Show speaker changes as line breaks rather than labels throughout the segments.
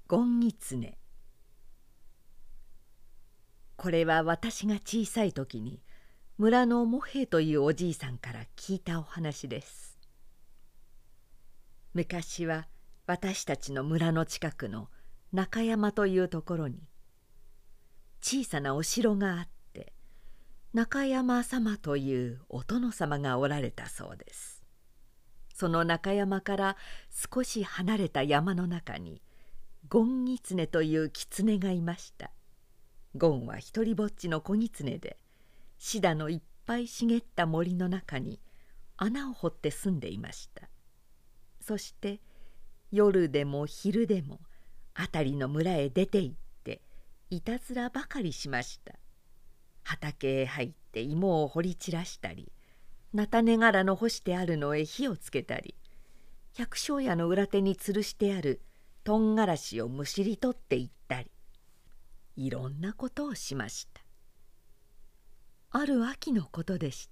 ゴンギツネ。これは私が小さい時に村の茂平というおじいさんから聞いたお話です。昔は私たちの村の近くの中山というところに小さなお城があって、中山様というお殿様がおられたそうです。その中山から少し離れた山の中にゴンギツネという狐がいました。ゴンは一りぼっちの子狐で、シダのいっぱい茂った森の中に穴を掘って住んでいました。そして夜でも昼でも辺りの村へ出て行っていたずらばかりしました。畑へ入って芋を掘り散らしたり、菜種殻の干してあるのへ火をつけたり、百姓家の裏手に吊るしてあるとんがらしをむしり取っていったり、いろんなことをしました。ある秋のことでした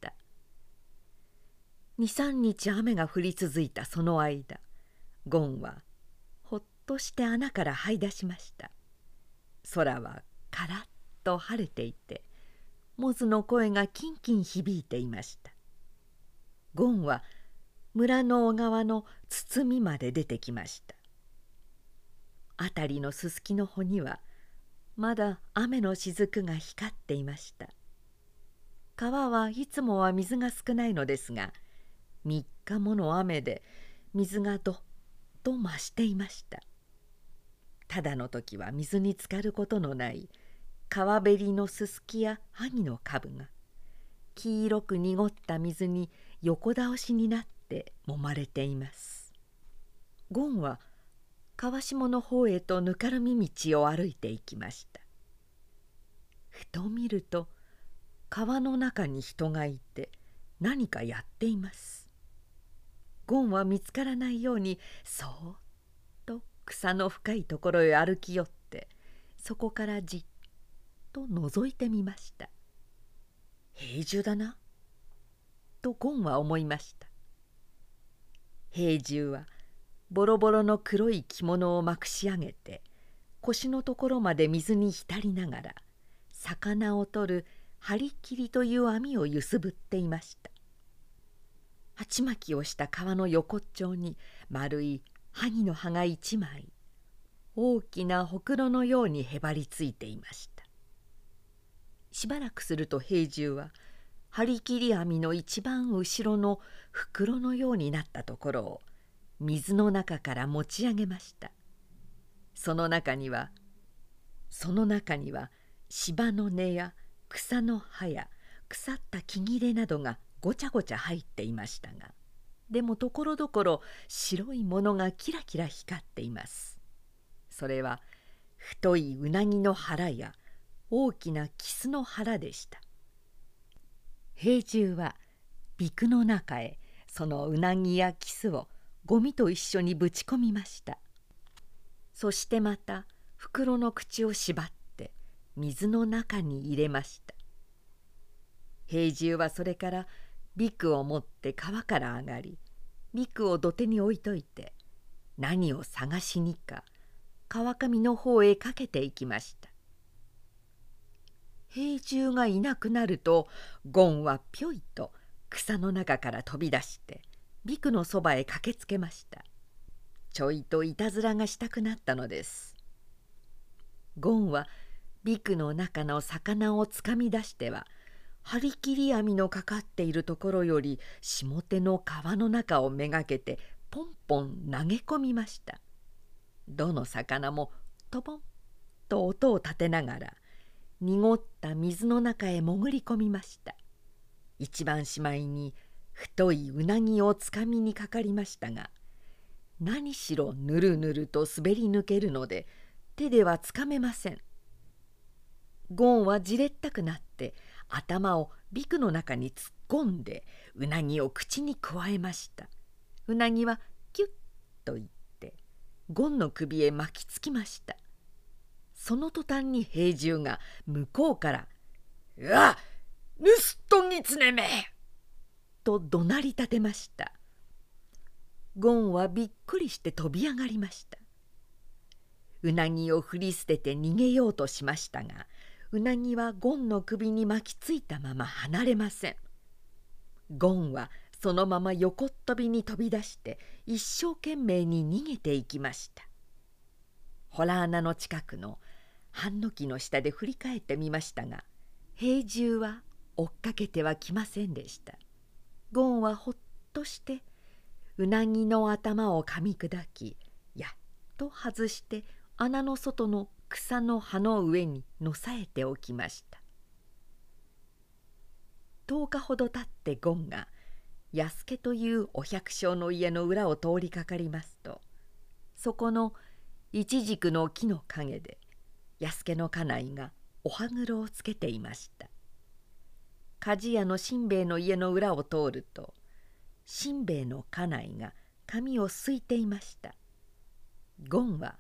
。2、3日雨が降り続いたその間、ゴンはほっとして穴から這い出しました。空はカラッと晴れていて、モズの声がキンキン響いていました。ゴンは村の小川の包みまで出てきました。辺りのすすきの穂にはまだ雨の雫が光っていました。川はいつもは水が少ないのですが、3日もの雨で水がどっと増していました。ただの時は水に浸かることのない川べりのすすきや萩の株が黄色く濁った水に横倒しになって揉まれています。ゴンは川下の方へとぬかるみ道を歩いていきました。ふと見ると川の中に人がいて何かやっています。ゴンは見つからないようにそーっと草の深いところへ歩き寄って、そこからじっと覗いてみました。兵十だなとゴンは思いました。兵十はボロボロの黒い着物をまくし上げて、腰のところまで水に浸りながら魚を取る張り切りという網をゆすぶっていました。鉢巻きをした川の横っちょに丸い萩の葉が1枚大きなほくろのようにへばりついていました。しばらくすると兵十は張り切り網の一番後ろの袋のようになったところを水の中から持ち上げました。その中には芝の根や草の葉や腐った木切れなどがごちゃごちゃ入っていましたが、でもところどころ白いものがキラキラ光っています。それは太いうなぎの腹や大きなキスの腹でした。兵十はびくの中へそのうなぎやキスをゴミと一緒にぶち込みました。そしてまた袋の口を縛って水の中に入れました。兵十はそれからビクを持って川から上がり、ビクを土手に置いといて何を探しにか川上の方へかけていきました。兵十がいなくなるとゴンはぴょいと草の中から飛び出してビクのそばへ駆けつけました。ちょいといたずらがしたくなったのです。ゴンはビクの中の魚をつかみ出しては張り切り網のかかっているところより下手の川の中をめがけてポンポン投げ込みました。どの魚もトボンと音を立てながら濁った水の中へ潜り込みました。一番しまいに太いうなぎをつかみにかかりましたが、何しろぬるぬると滑り抜けるので手ではつかめません。ゴンはじれったくなって頭をビクの中に突っ込んでうなぎを口にくわえました。うなぎはキュッといってゴンの首へ巻きつきました。その途端に兵十が向こうから「うわっ盗人狐め!」と怒鳴り立てました。ゴンはびっくりして飛び上がりました。 うなぎを振り捨てて逃げようとしましたが、うなぎはゴンの首に巻きついたまま離れません。ゴンはそのまま横っ飛びに飛び出して一生懸命に逃げていきました。洞穴の近くのハンノキの下で振り返ってみましたが、兵十は追っかけてはきませんでした。ゴンはほっとしてうなぎの頭を噛み砕き、やっと外して穴の外の草の葉の上にのさえておきました。10日ほど経ってゴンが安家というお百姓の家の裏を通りかかりますと、そこのイチジクの木の陰で安家の家内がお歯黒をつけていました。鍛冶屋のしんべヱの家の裏を通ると、しんべヱの家内が髪をすいていました。ゴンは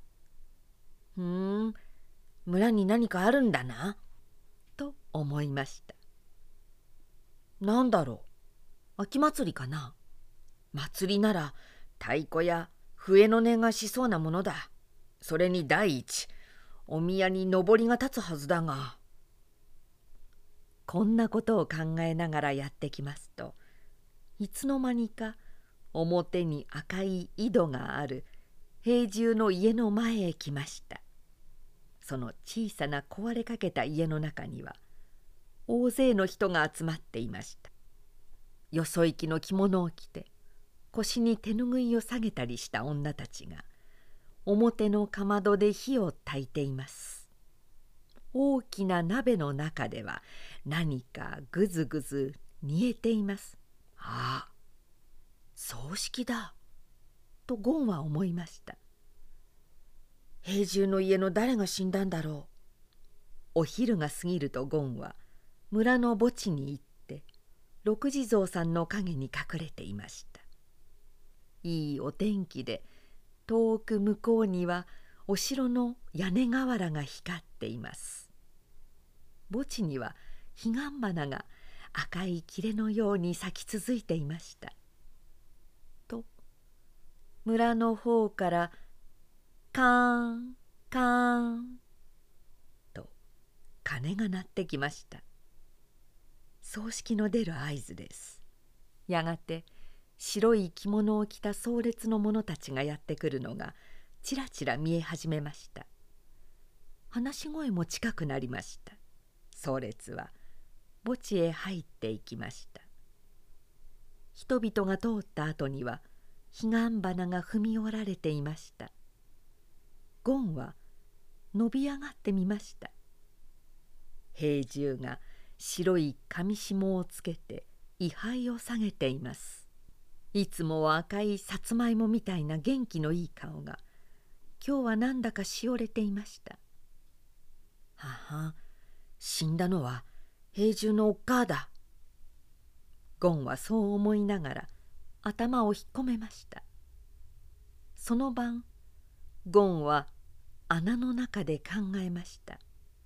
「村に何かあるんだな」と思いました。なんだろう、秋祭りかな。祭りなら太鼓や笛の音がしそうなものだ。それに第一、お宮に上りが立つはずだが。こんなことを考えながらやってきますと、いつの間にか表に赤い井戸がある兵十の家の前へ来ました。その小さな壊れかけた家の中には大勢の人が集まっていました。よそ行きの着物を着て腰に手ぬぐいを下げたりした女たちが表のかまどで火を焚いています。大きな鍋の中では何かぐずぐず煮えています。ああ、葬式だとゴンは思いました。兵十の家の誰が死んだんだろう。お昼が過ぎるとゴンは村の墓地に行って六地蔵さんの陰に隠れていました。いいお天気で遠く向こうにはお城の屋根瓦が光っています。墓地には彼岸花が赤い切のように咲き続いていました。と村の方からカーンカーンと鐘が鳴ってきました。葬式の出る合図です。やがて白い着物を着た壮烈の者たちがやってくるのがちらちら見え始めました。話し声も近くなりました。壮烈は墓地へ入っていきました。人々が通った後には彼岸花が踏み折られていました。ゴンは伸び上がってみました。兵十が白い紙紐をつけて位牌を下げています。いつもは赤いさつまいもみたいな元気のいい顔が今日はなんだかしおれていました。はは、死んだのは兵十のおっかあだ。ゴンはそう思いながら頭を引っ込めました。その晩ゴンは穴の中で考えました。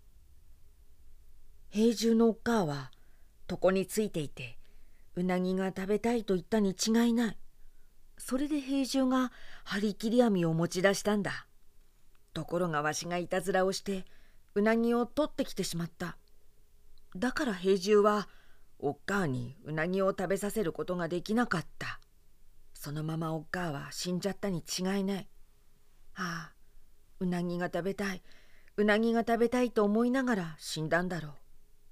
兵十のおっかあは床についていてうなぎが食べたいと言ったに違いない。それで兵十が張り切り網を持ち出したんだ。ところがわしがいたずらをしてうなぎを取ってきてしまった。だから兵十はおっかあにうなぎを食べさせることができなかった。そのままおっかあは死んじゃったに違いない。ああ、うなぎが食べたい、うなぎが食べたいと思いながら死んだんだろう。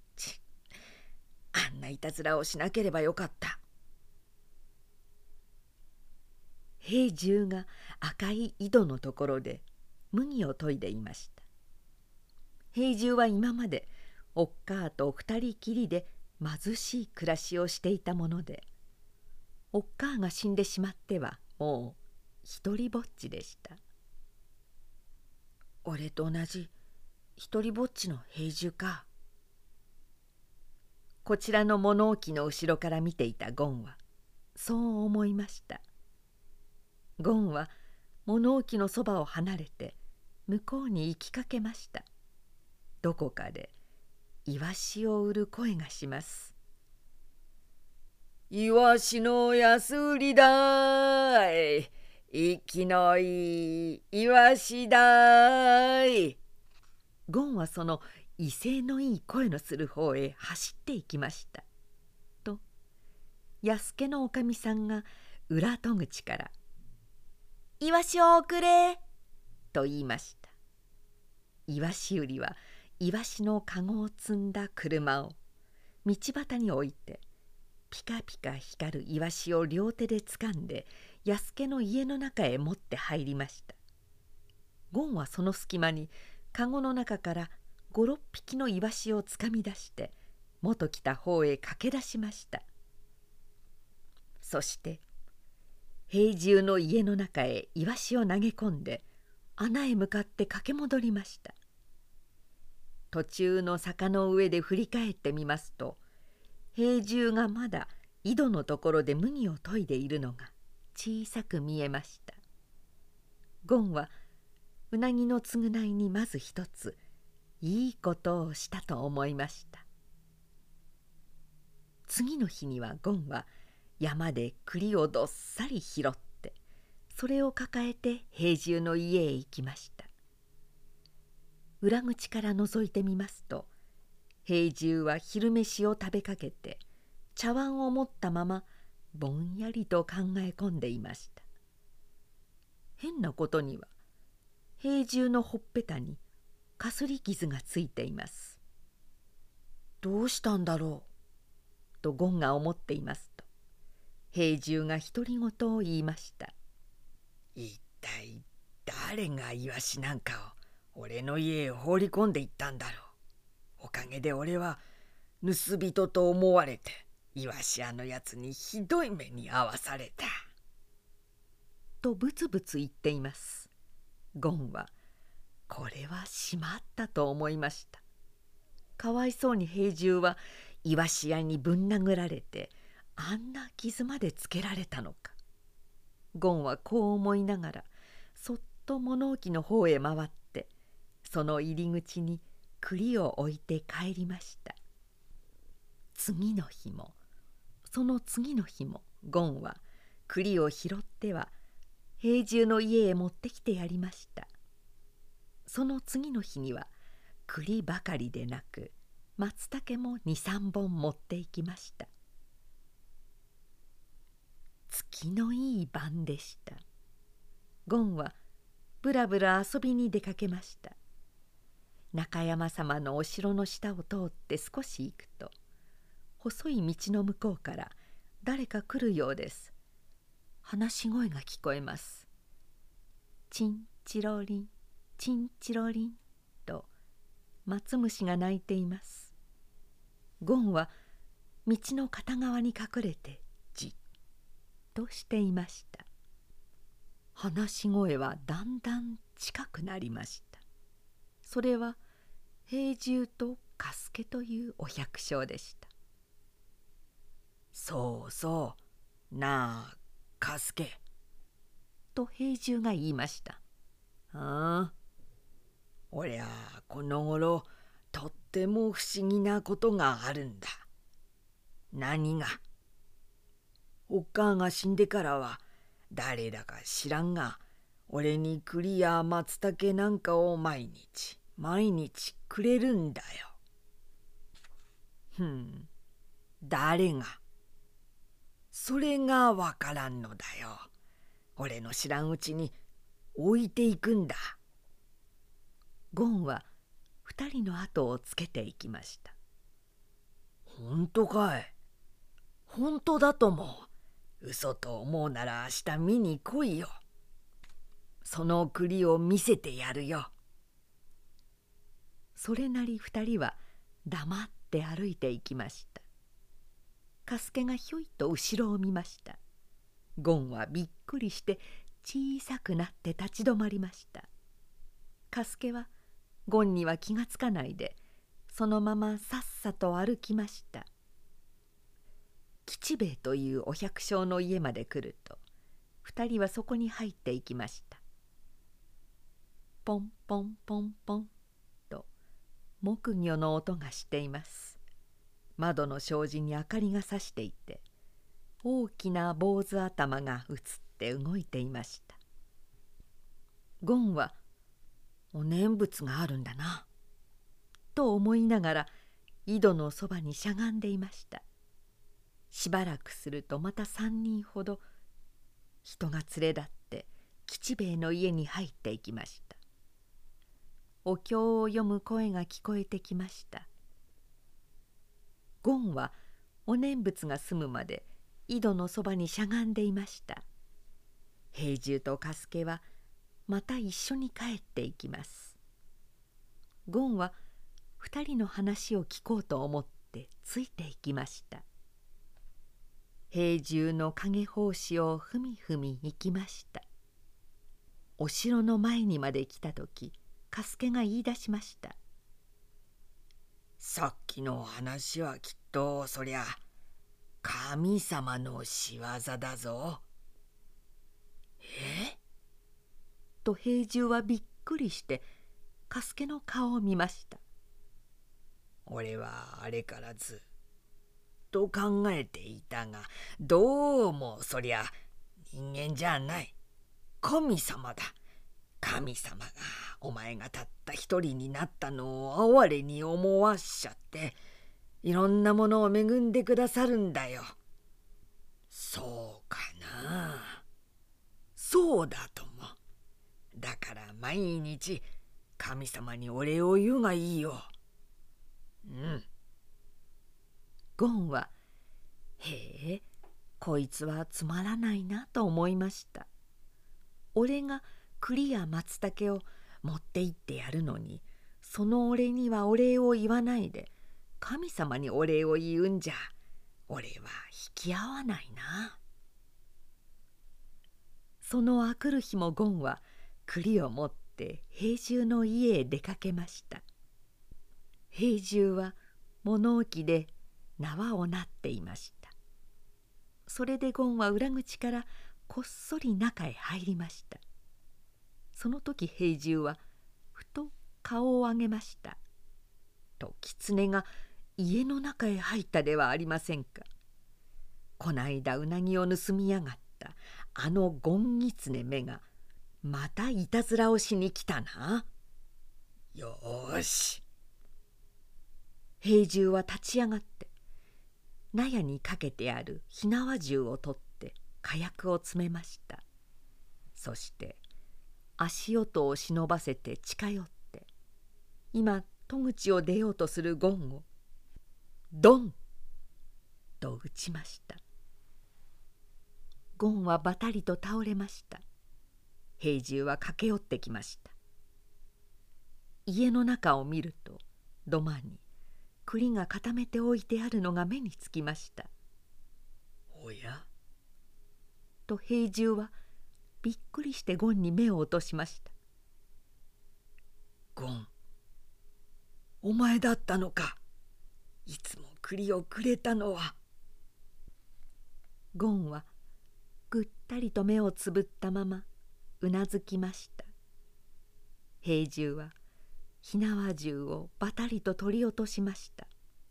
あんないたずらをしなければよかった。兵十が赤い井戸のところで麦を研いでいました。兵十は今までおっかあと二人きりで貧しい暮らしをしていたもので、おっかあが死んでしまってはもう一りぼっちでした。俺と同じ一りぼっちの兵十か。こちらの物置の後ろから見ていたゴンはそう思いました。ゴンは物置のそばを離れて向こうに行きかけました。どこかでイワシを売る声がします。イワシの安売りだい。
生きのいいイワシだい。
ゴンはその威勢のいい声のする方へ走っていきました。と安家のおかみさんが裏戸口から「イワシを送れ」と言いました。イワシ売りはイワシのかごを積んだ車を道端に置いて、ピカピカ光るイワシを両手でつかんで安家の家の中へ持って入りました。ゴンはその隙間にかごの中から5、6匹のイワシをつかみ出して元来た方へ駆け出しました。そして兵十の家の中へイワシを投げ込んで穴へ向かって駆け戻りました。途中の坂の上で振り返ってみますと、兵十がまだ井戸のところで麦を研いでいるのが小さく見えました。ゴンはうなぎの償いにまず一ついいことをしたと思いました。次の日にはゴンは山で栗をどっさり拾って、それを抱えて兵十の家へ行きました。裏口から覗いてみますと、兵十は昼飯を食べかけて茶碗を持ったままぼんやりと考え込んでいました。変なことには兵十のほっぺたにかすり傷がついています。どうしたんだろうとゴンが思っていますと、兵十が独り言を言いました。
一体誰がイワシなんかを俺の家へ放り込んでいったんだろう。おかげで俺は盗人と思われてイワシ屋のやつにひどい目に遭わされた。
とブツブツ言っています。ゴンはこれはしまったと思いました。かわいそうに兵十はイワシ屋にぶん殴られてあんな傷までつけられたのか。ゴンはこう思いながらそっと物置の方へ回ってその入り口に栗を置いて帰りました。次の日もその次の日もゴンは栗を拾っては兵十の家へ持ってきてやりました。その次の日には栗ばかりでなく松茸も2、3本持っていきました。月のいい晩でした。ゴンはぶらぶら遊びに出かけました。中山様のお城の下を通って少し行くと、細い道の向こうから誰か来るようです。話し声が聞こえます。チンチロリン、チンチロリンと松虫が鳴いています。ゴンは道の片側に隠れてじっとしていました。話し声はだんだん近くなりました。それは兵十と加助というお百姓でした。
そうそうなあ加助
と兵十が言いました。
ああ、俺はこの頃とっても不思議なことがあるんだ。何が？おっかあが死んでからは誰だか知らんが俺に栗や松茸なんかを毎日くれるんだよ。誰が？それがわからんのだよ。俺の知らんうちに置いていくんだ。
ゴンは2人の後をつけていきました。
本当かい？本当だと思う。嘘と思うなら明日見に来いよ。その栗を見せてやるよ。
それなり2人は黙って歩いていきました。加助がひょいと後ろを見ました。ゴンはびっくりして小さくなって立ち止まりました。加助はゴンには気がつかないでそのままさっさと歩きました。吉兵衛というお百姓の家まで来ると2人はそこに入っていきました。ポンポンポンポンと木魚の音がしています。窓の障子に明かりがさしていて大きな坊主頭が映って動いていました。 ゴンはお念仏があるんだなと思いながら井戸のそばにしゃがんでいました。しばらくするとまた3人ほど人が連れ立って吉兵衛の家に入っていきました。お経を読む声が聞こえてきました。ゴンはお念仏が済むまで井戸のそばにしゃがんでいました。兵十と加助はまた一緒に帰っていきます。ゴンは2人の話を聞こうと思ってついていきました。兵十の影格子をふみふみ行きました。お城の前にまで来た時、加助が言い出しました。
さっきの話はきっとそりゃ神様の仕業だぞ。
と兵十はびっくりして加助の顔を見ました。
俺はあれからずっと考えていたが、どうもそりゃ人間じゃない、神様だ。神様がお前がたった一人になったのを哀れに思わしちゃって、いろんなものを恵んでくださるんだよ。そうかな。そうだとも。だから毎日神様にお礼を言うがいいよ。
ゴンはへえ、こいつはつまらないなと思いました。俺が栗や松茸を持って行ってやるのに、その俺にはお礼を言わないで神様にお礼を言うんじゃ、俺は引き合わないな。そのあくる日もゴンは栗を持って兵十の家へ出かけました。兵十は物置で縄をなっていました。それでゴンは裏口からこっそり中へ入りました。その時兵十はふと顔を上げました。と狐が家の中へ入ったではありませんか。こないだうなぎを盗みやがったあのゴン狐めがまたいたずらをしに来たな。
よーし。
兵十は立ち上がって納屋にかけてある火縄銃を取って火薬を詰めました。そして足音を忍ばせて近寄って今戸口を出ようとするゴンをドンと撃ちました。ゴンはばたりと倒れました。兵十は駆け寄ってきました。家の中を見ると土間に栗が固めておいてあるのが目につきました。
おや
と兵十はびっくりしてゴンに目を落としました。
ゴン、お前だったのか。いつも栗をくれたのは。
ゴンはぐったりと目をつぶったままうなずきました。兵十は火縄銃をばたりと取り落としました。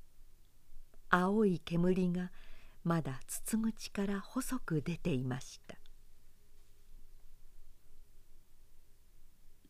青い煙がまだ筒口から細く出ていました。